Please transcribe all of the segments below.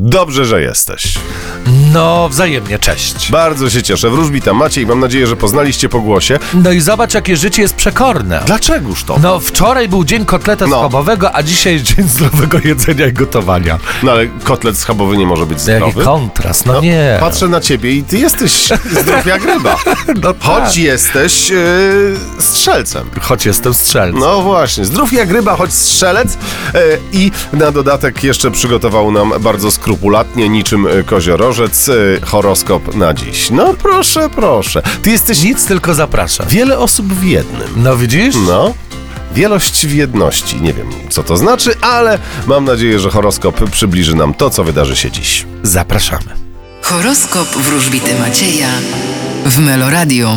Dobrze, że jesteś. No, wzajemnie, cześć. Bardzo się cieszę. Wróżbita Maciej, mam nadzieję, że poznaliście po głosie. No i zobacz, jakie życie jest przekorne. Dlaczegoż to? No, wczoraj był dzień kotleta schabowego, a dzisiaj jest dzień zdrowego jedzenia i gotowania. No ale kotlet schabowy nie może być zdrowy. Jaki kontrast, no nie. Patrzę na ciebie i ty jesteś zdrów jak ryba. No Choć tak. jesteś strzelcem. Choć jestem strzelcem. No właśnie, zdrów jak ryba, choć strzelec. I na dodatek jeszcze przygotował nam bardzo skrupulatnie, niczym koziorożec, horoskop na dziś. No proszę, proszę. Ty jesteś Nic, tylko zapraszam. wiele osób w jednym. No widzisz? No, wielość w jedności. Nie wiem, co to znaczy, ale mam nadzieję, że horoskop przybliży nam to, co wydarzy się dziś. Zapraszamy. Horoskop wróżbity Macieja w Meloradio.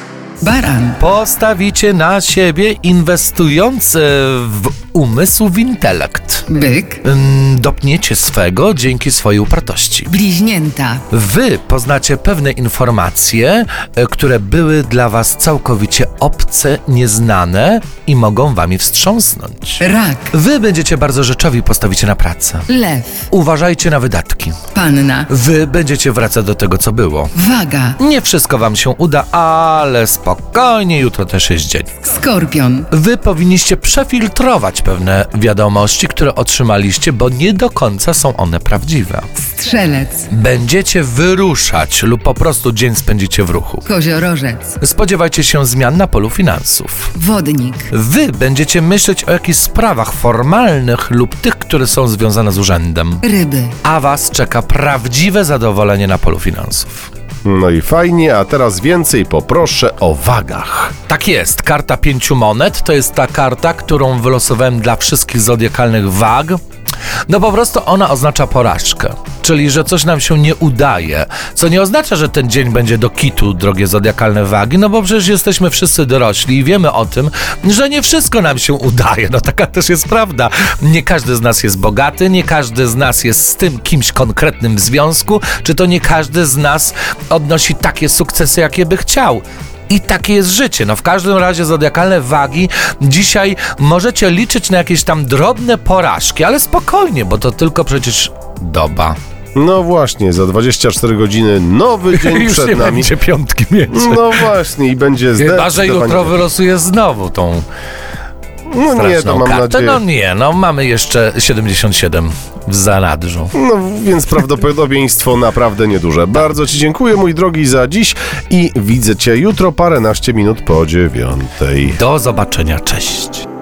Baran, Postawicie na siebie, inwestując w umysł, w intelekt. byk, Dopniecie swego dzięki swojej upartości. bliźnięta, Wy poznacie pewne informacje, które były dla was całkowicie obce, nieznane i mogą wami wstrząsnąć. rak, Wy będziecie bardzo rzeczowi, postawicie na pracę. lew, Uważajcie na wydatki. panna, Wy będziecie wracać do tego, co było. waga, Nie wszystko wam się uda, ale spokojnie, jutro też jest dzień. skorpion, Wy powinniście przefiltrować pewne wiadomości, które otrzymaliście, bo nie do końca są one prawdziwe. strzelec, Będziecie wyruszać lub po prostu dzień spędzicie w ruchu. koziorożec, Spodziewajcie się zmian na polu finansów. wodnik, Wy będziecie myśleć o jakichś sprawach formalnych lub tych, które są związane z urzędem. ryby, A was czeka prawdziwe zadowolenie na polu finansów. No i fajnie, a teraz więcej poproszę o wagach. Tak jest, karta 5 monet to jest ta karta, którą wylosowałem dla wszystkich zodiakalnych wag. No po prostu ona oznacza porażkę, czyli że coś nam się nie udaje, co nie oznacza, że ten dzień będzie do kitu, drogie zodiakalne wagi, no bo przecież jesteśmy wszyscy dorośli i wiemy o tym, że nie wszystko nam się udaje, no taka też jest prawda. Nie każdy z nas jest bogaty, nie każdy z nas jest z tym kimś konkretnym w związku, czy to nie każdy z nas odnosi takie sukcesy, jakie by chciał. I takie jest życie. No w każdym razie zodiakalne wagi dzisiaj możecie liczyć na jakieś tam drobne porażki, ale spokojnie, bo to tylko przecież doba. No właśnie, za 24 godziny nowy dzień Już przed nie nami. będzie piątki mieć. No właśnie, i będzie Chyba, że zdecydowanie... jutro wylosuje znowu tą No nie, to straszną mam kartę. nadzieję. No nie, no mamy jeszcze 77 w zanadrzu. No więc prawdopodobieństwo naprawdę nieduże. Bardzo ci dziękuję, mój drogi, za dziś i widzę cię jutro paręnaście minut po 9:00. Do zobaczenia, cześć.